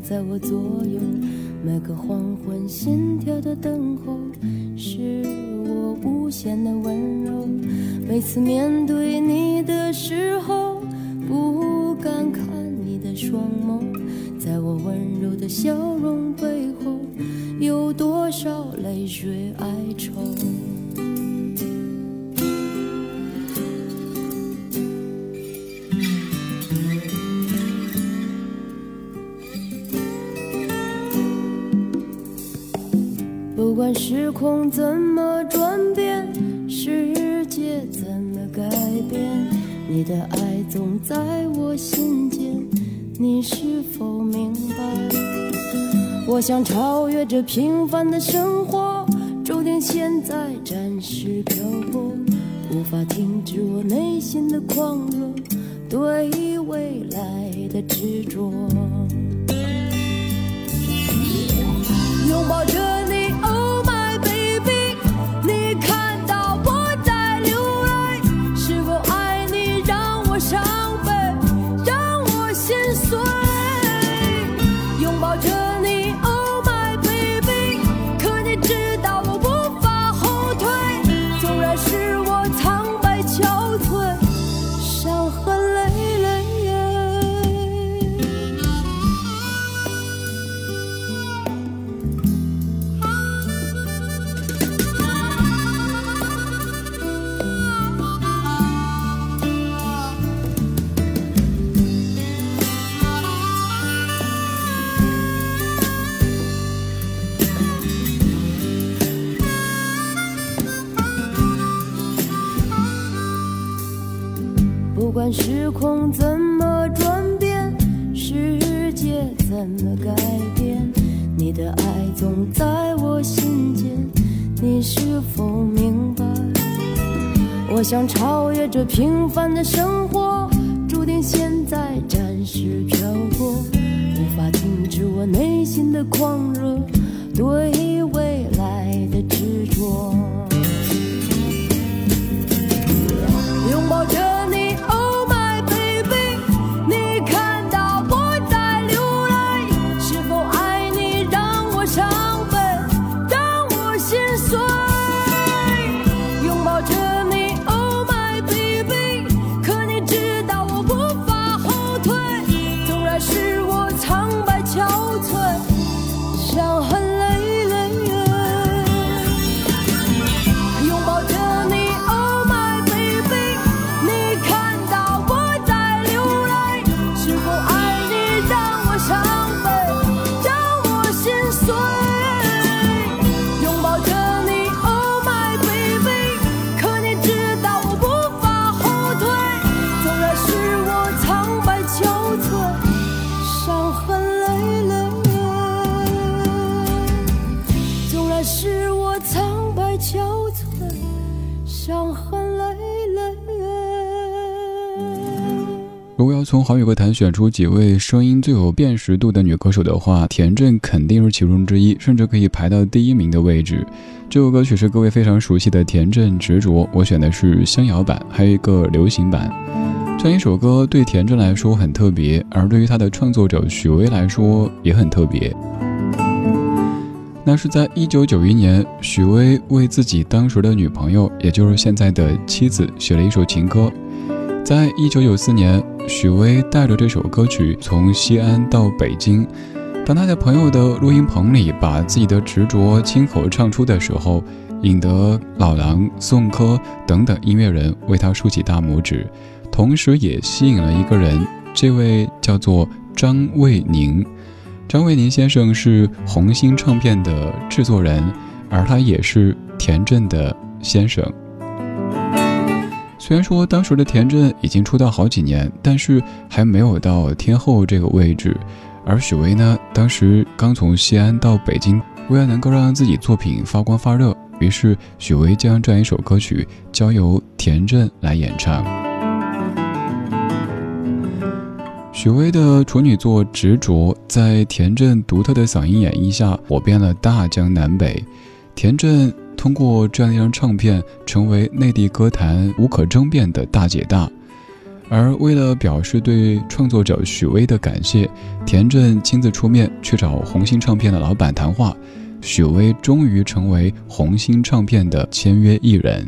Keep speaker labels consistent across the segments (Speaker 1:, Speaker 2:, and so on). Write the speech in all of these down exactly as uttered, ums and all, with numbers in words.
Speaker 1: 在我左右，每个黄昏心跳的等候，是我无限的温柔。每次面对你的时候，不敢看你的双眸，在我温柔的笑容背后，有多少泪水哀愁。不管时空怎么转变，世界怎么改变，你的爱总在我心间，你是否明白？我想超越这平凡的生活，注定现在暂时漂泊，无法停止我内心的狂热，对未来的执着。拥抱着你 Oh my baby， 你看到我在流泪，是否爱你让我伤悲，让我心碎。拥抱着你 Oh my baby， 可你知道我无法后退，纵然是我苍白憔悴，伤痕累累。不管时空怎么转变，世界怎么改变，你的爱总在我心间，你是否明白？我想超越这平凡的生活，注定现在暂时漂泊，无法停止我内心的狂热，对未来的执着。拥抱着你 Oh my baby， 你看到我在流泪，是否爱你让我伤悲，让我心碎。拥抱着你 Oh my baby， 可你知道我无法后退，纵然是我苍白憔悴，伤痕累累。拥抱着你 Oh my baby， 你看到我在流泪，是否爱你让我伤悲，让我心碎。拥抱着你 Oh my baby， 可你知道我无法后退，纵然是我苍白憔悴，伤痕累累。纵然是我苍白憔悴，伤痕累累。
Speaker 2: 如果要从华语歌坛选出几位声音最有辨识度的女歌手的话，田震肯定是其中之一，甚至可以排到第一名的位置。这首歌曲是各位非常熟悉的田震执着，我选的是乡谣版，还有一个流行版。这样一首歌对田震来说很特别，而对于他的创作者许巍来说也很特别。那是在一九九一年，许巍为自己当时的女朋友，也就是现在的妻子，写了一首情歌。在一九九四年，许巍带着这首歌曲从西安到北京，当他在朋友的录音棚里把自己的执着亲口唱出的时候，引得老狼、宋柯等等音乐人为他竖起大拇指，同时也吸引了一个人，这位叫做张卫宁。张卫宁先生是红星唱片的制作人，而他也是田震的先生。虽然说当时的田震已经出道好几年，但是还没有到天后这个位置，而许巍呢，当时刚从西安到北京，为了能够让自己作品发光发热，于是许巍将这样一首歌曲交由田震来演唱。许巍的处女作《执着》在田震独特的嗓音演绎下火遍了大江南北，田震通过这样一张唱片成为内地歌坛无可争辩的大姐大。 而为了表示对创作者许巍的感谢，田震亲自出面去找红星唱片的老板谈话，许巍终于成为红星唱片的签约艺人。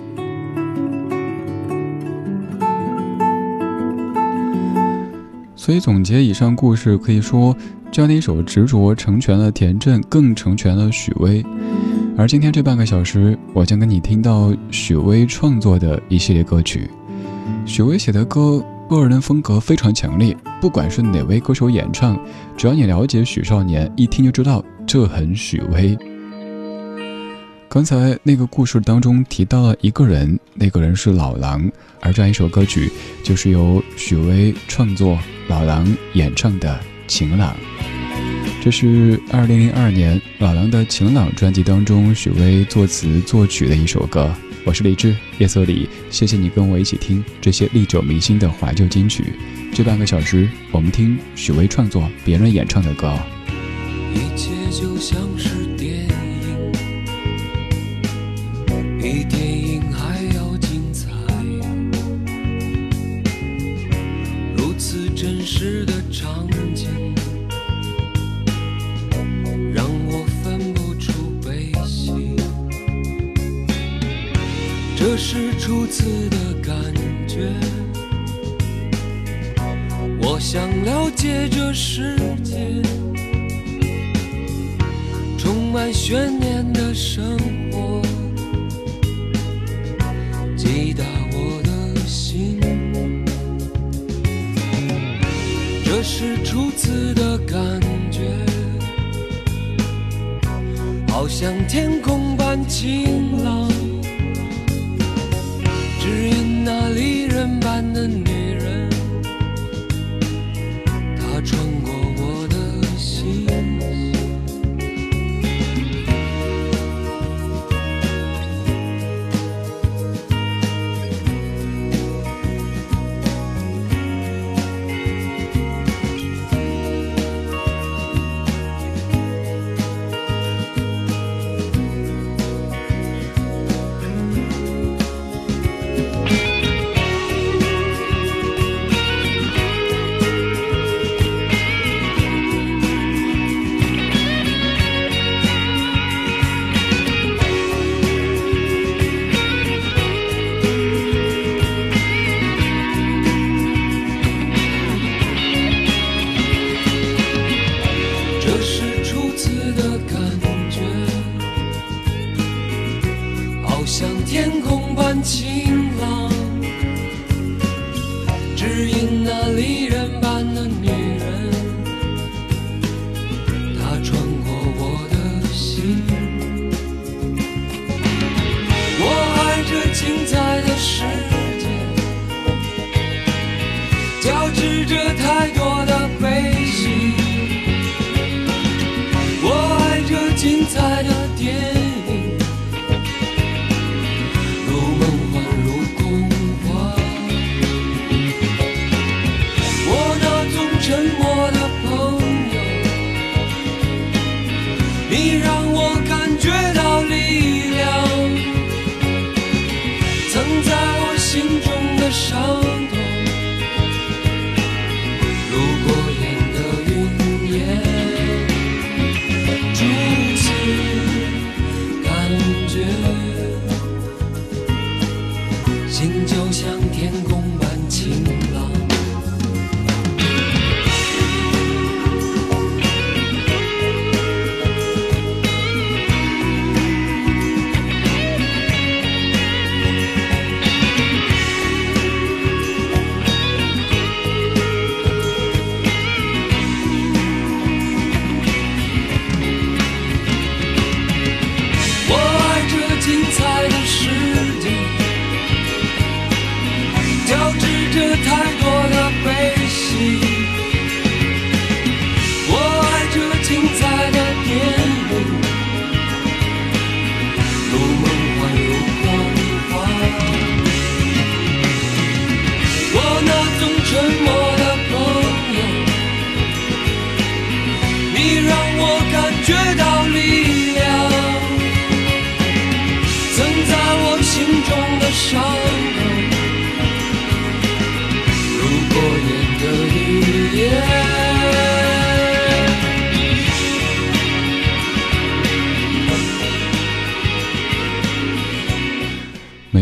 Speaker 2: 所以总结以上故事，可以说这样的一首执着成全了田震，更成全了许巍。而今天这半个小时，我将跟你听到许巍创作的一系列歌曲。许巍写的歌个人风格非常强烈，不管是哪位歌手演唱，只要你了解许少年，一听就知道这很许巍。刚才那个故事当中提到了一个人，那个人是老狼，而这样一首歌曲就是由许巍创作，老狼演唱的《晴朗》。这是二零零二年老狼的《晴朗》专辑当中许巍作词作曲的一首歌。我是李志，夜色里，谢谢你跟我一起听这些历久弥新的怀旧金曲。这半个小时，我们听许巍创作、别人演唱的歌。
Speaker 3: 一切就像是电影，比电影还要精彩，如此真实的场景，让我分不出悲喜。这是初次的感觉，我想了解这世界，充满悬念的生活，击打我的心。这是初次的感觉，好像天空般晴朗，只因那离人般的女人，她穿过我的心。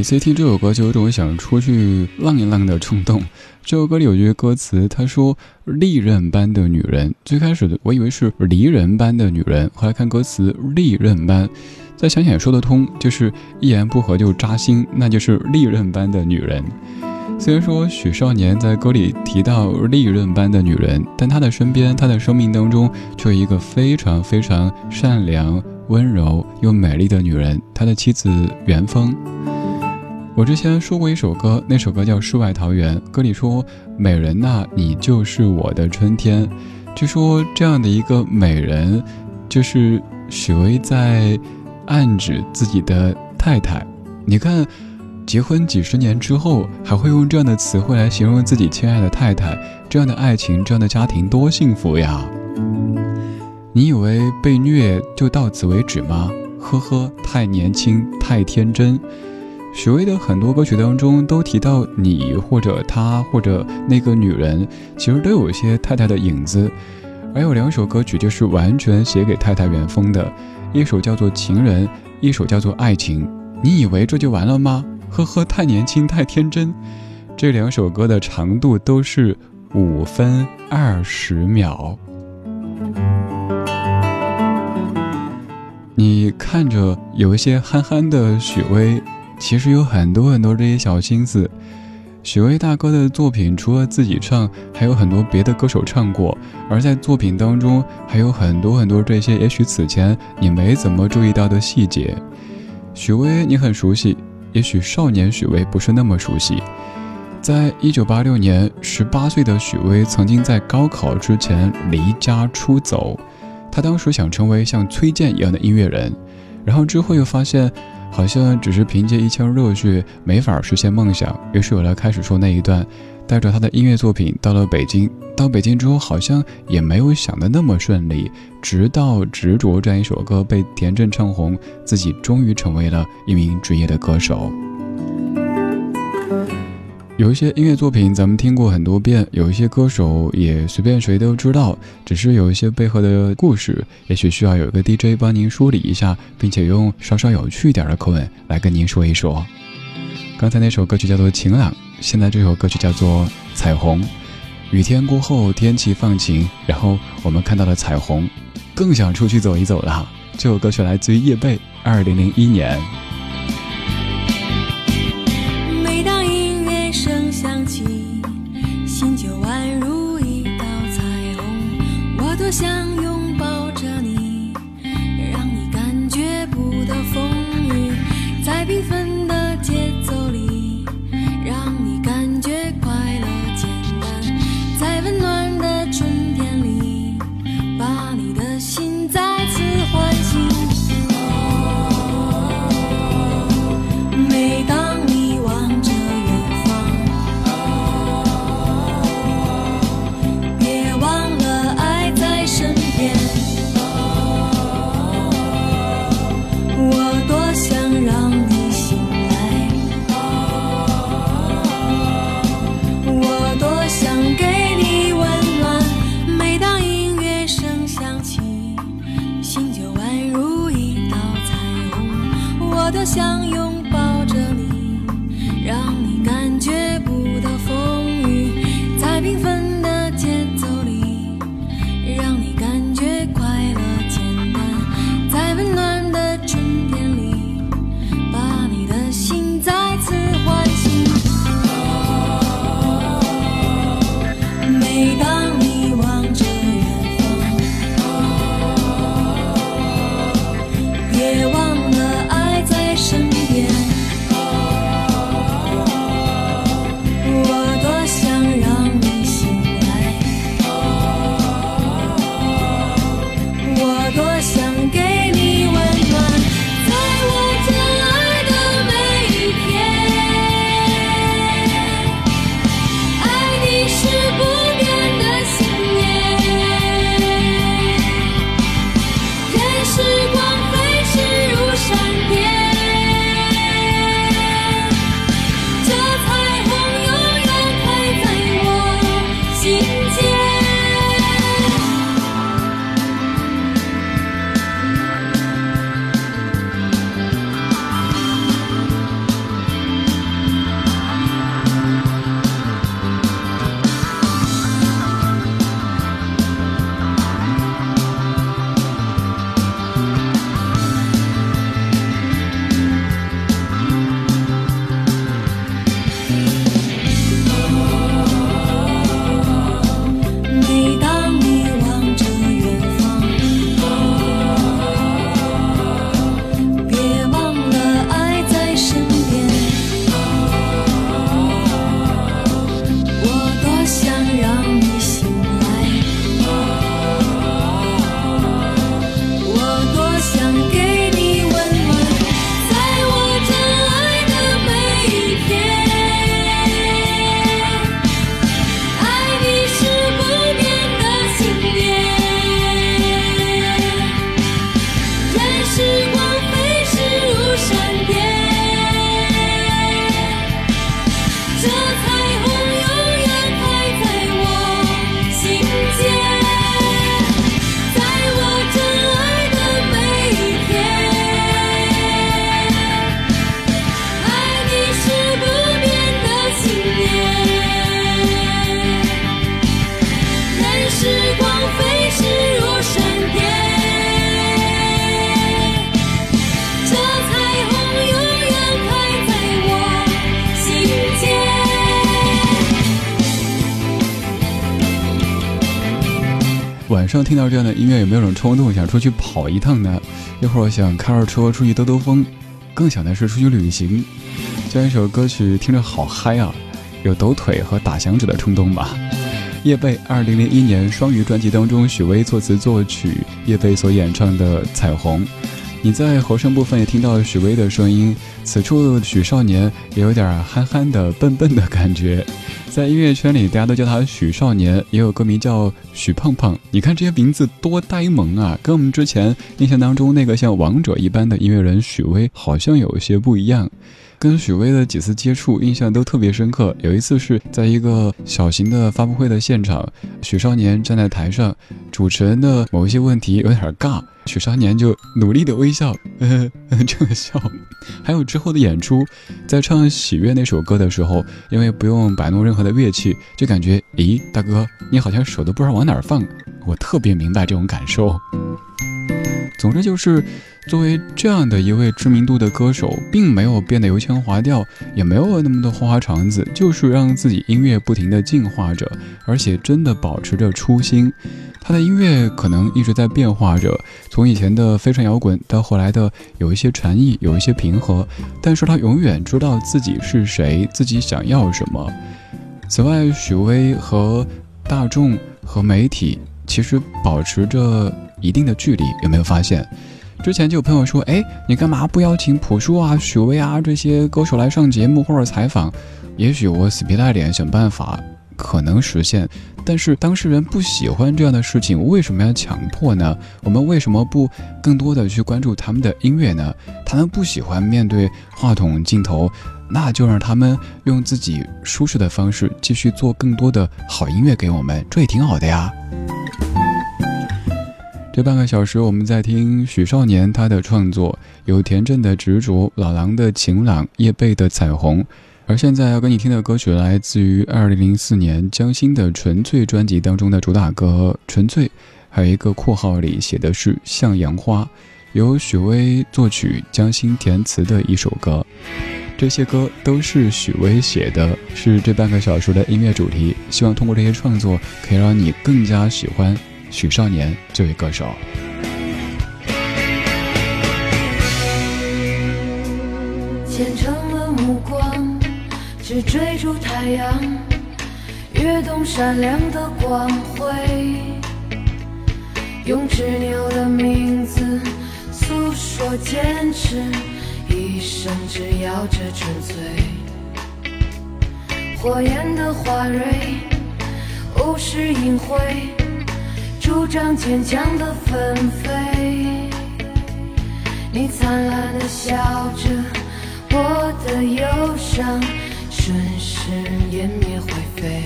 Speaker 2: 每次听这首歌就有种想出去浪一浪的冲动。这首歌里有句歌词，他说利刃般的女人，最开始的我以为是离人般的女人，后来看歌词利刃般，再想想也说得通，就是一言不合就扎心，那就是利刃般的女人。虽然说许少年在歌里提到利刃般的女人，但他的身边，他的生命当中却有一个非常非常善良温柔又美丽的女人，他的妻子袁峰。我之前说过一首歌，那首歌叫《世外桃源》，歌里说美人呐，你就是我的春天。据说这样的一个美人，就是许巍在暗指自己的太太。你看结婚几十年之后还会用这样的词汇来形容自己亲爱的太太，这样的爱情，这样的家庭多幸福呀。你以为被虐就到此为止吗？呵呵，太年轻太天真。许巍的很多歌曲当中都提到你或者他或者那个女人，其实都有一些太太的影子。而有两首歌曲就是完全写给太太袁峰的，一首叫做情人，一首叫做爱情。你以为这就完了吗？呵呵，太年轻太天真。这两首歌的长度都是五分二十秒。你看着有一些憨憨的许巍，其实有很多很多这些小心思。许巍大哥的作品除了自己唱，还有很多别的歌手唱过，而在作品当中还有很多很多这些也许此前你没怎么注意到的细节。许巍你很熟悉，也许少年许巍不是那么熟悉。在一九八六年，十八岁的许巍曾经在高考之前离家出走，他当时想成为像崔健一样的音乐人，然后之后又发现好像只是凭借一腔热血没法实现梦想，于是有了开始说那一段，带着他的音乐作品到了北京。到北京之后好像也没有想的那么顺利，直到执着这样一首歌被田震唱红，自己终于成为了一名职业的歌手。有一些音乐作品咱们听过很多遍，有一些歌手也随便谁都知道，只是有一些背后的故事也许需要有一个 D J 帮您梳理一下，并且用稍稍有趣一点的口吻来跟您说一说。刚才那首歌曲叫做晴朗，现在这首歌曲叫做彩虹。雨天过后天气放晴，然后我们看到了彩虹，更想出去走一走了。这首歌曲来自于叶蓓，二零零一年。
Speaker 4: 每当音乐声响起，心就宛如一道彩虹，我多想拥抱着你，让你感觉不到风雨，在缤纷的节奏里，让你感觉快乐简单，在温暖的春天里，把你的心再次唤醒。每当你望着远方，别忘了爱在身边。我多想让你醒来，我多想给你温暖。每当音乐声响起，心就宛如一道彩虹，我多想拥抱着你，让你感觉不到风雨，在缤纷的节奏里，让你感觉快乐简单，在温暖的春天里，把你的心再次唤醒。每当你望着远方，别忘了爱在身边。我多想让你醒来，我多想给你温暖，在我疼爱的每一天，爱你是不变的
Speaker 2: 晚上听到这样的音乐，有没有种冲动想出去跑一趟呢？一会儿想开着车出去兜兜风，更想的是出去旅行。这样一首歌曲听着好嗨啊，有抖腿和打响指的冲动吧。叶蓓二零零一年双鱼专辑当中，许巍作词作曲，叶蓓所演唱的《彩虹》。你在和声部分也听到许巍的声音，此处许少年也有点憨憨的笨笨的感觉。在音乐圈里大家都叫他许少年，也有歌迷叫许胖胖。你看这些名字多呆萌啊，跟我们之前印象当中那个像王者一般的音乐人许巍好像有些不一样。跟许巍的几次接触印象都特别深刻，有一次是在一个小型的发布会的现场，许少年站在台上，主持人的某一些问题有点尬，许少年就努力的微笑，呃，这么笑。还有之后的演出，在唱《喜悦》那首歌的时候，因为不用摆弄任何的乐器，就感觉，咦，大哥，你好像手都不知道往哪儿放。我特别明白这种感受。总之就是作为这样的一位知名度的歌手，并没有变得油腔滑调，也没有那么多花花肠子，就是让自己音乐不停地进化着，而且真的保持着初心。他的音乐可能一直在变化着，从以前的非常摇滚到后来的有一些禅意，有一些平和，但是他永远知道自己是谁，自己想要什么。此外，许巍和大众和媒体其实保持着一定的距离，有没有发现？之前就有朋友说，哎，你干嘛不邀请朴树啊、许巍啊这些歌手来上节目或者采访？也许我死皮赖脸想办法可能实现，但是当事人不喜欢这样的事情，为什么要强迫呢？我们为什么不更多的去关注他们的音乐呢？他们不喜欢面对话筒镜头，那就让他们用自己舒适的方式继续做更多的好音乐给我们，这也挺好的呀。这半个小时我们在听许少年他的创作，有田震的执着，老狼的晴朗，叶蓓的彩虹。而现在要跟你听的歌曲来自于二零零四年江心的纯粹专辑当中的主打歌纯粹，还有一个括号里写的是向阳花，由许巍作曲，江心填词的一首歌。这些歌都是许巍写的，是这半个小时的音乐主题，希望通过这些创作可以让你更加喜欢许少年这位歌手。
Speaker 1: 虔诚的目光只追逐太阳，跃动闪亮的光辉，用执拗的名字诉说坚持，一生只要这纯粹。火焰的花蕊无视隐晦，主张坚强的纷飞。你灿烂的笑着，我的忧伤瞬时湮灭灰飞。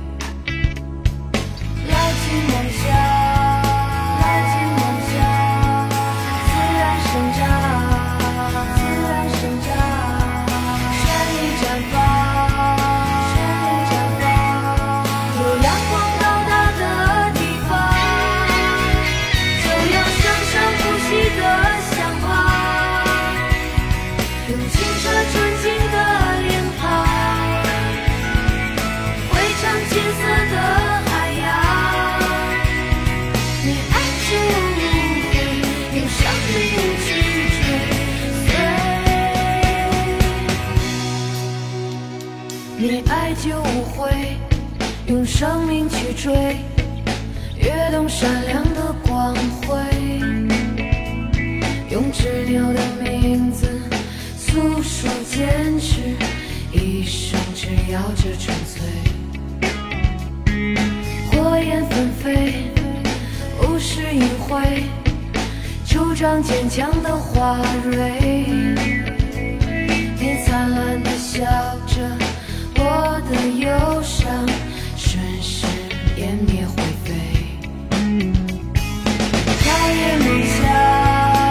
Speaker 1: 牢记梦想，牢记梦想，自然生长，自然生长，绚丽绽放，绚丽绽放。有阳光到达的地方，就有生生不息的向往，用清澈纯净的脸庞，汇成金色的海洋。你爱就无悔，用生命去追随。你爱就无悔，用生命去追，跃动闪亮的光辉，用执拗的名字诉说坚持，一生只要这纯粹。火焰纷飞，无视隐晦，主张坚强的花蕊。你灿烂的笑着，我的忧伤瞬时湮灭灰飞。陶冶梦想，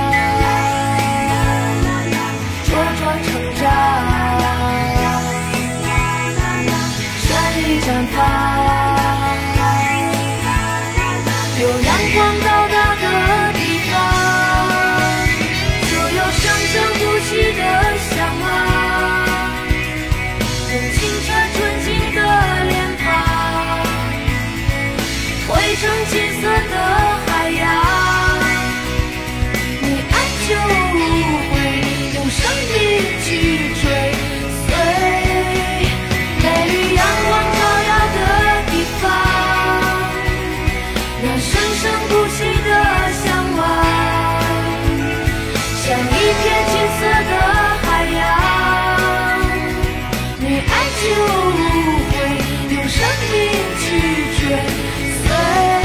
Speaker 1: 绽放，有阳光到达的地方，就有生生不息的向往，用清澈纯净的脸庞， 汇成金色的海洋，你爱就会用生命去追随，美丽阳光照耀的地方，让生生不息的向往，像一片金色的海洋，你爱就会用生命去追随。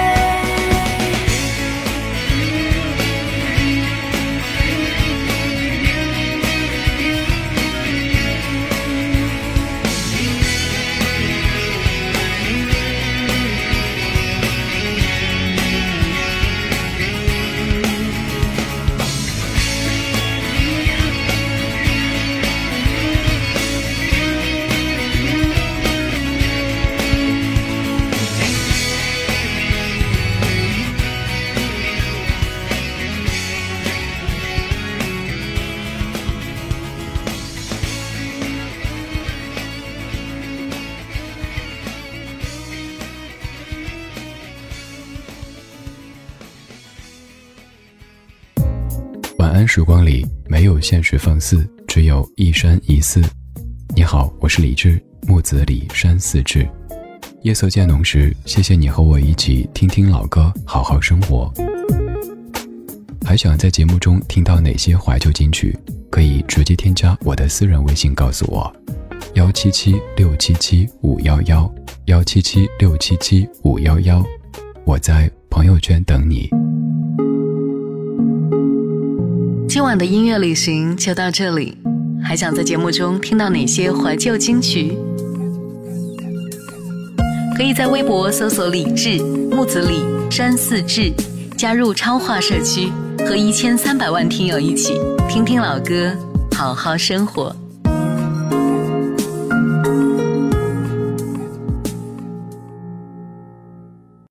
Speaker 2: 晚安时光里没有现实放肆，只有一山一寺。你好，我是李志，木子李山寺志。夜色渐浓时，谢谢你和我一起听听老歌，好好生活。还想在节目中听到哪些怀旧金曲，可以直接添加我的私人微信告诉我，幺七七六七七五幺幺，幺七七六七七五幺幺，我在朋友圈等你。
Speaker 5: 今晚的音乐旅行就到这里，还想在节目中听到哪些怀旧金曲？可以在微博搜索李志、木子李、山寺志，加入超话社区，和一千三百万听友一起听听老歌，好好生活。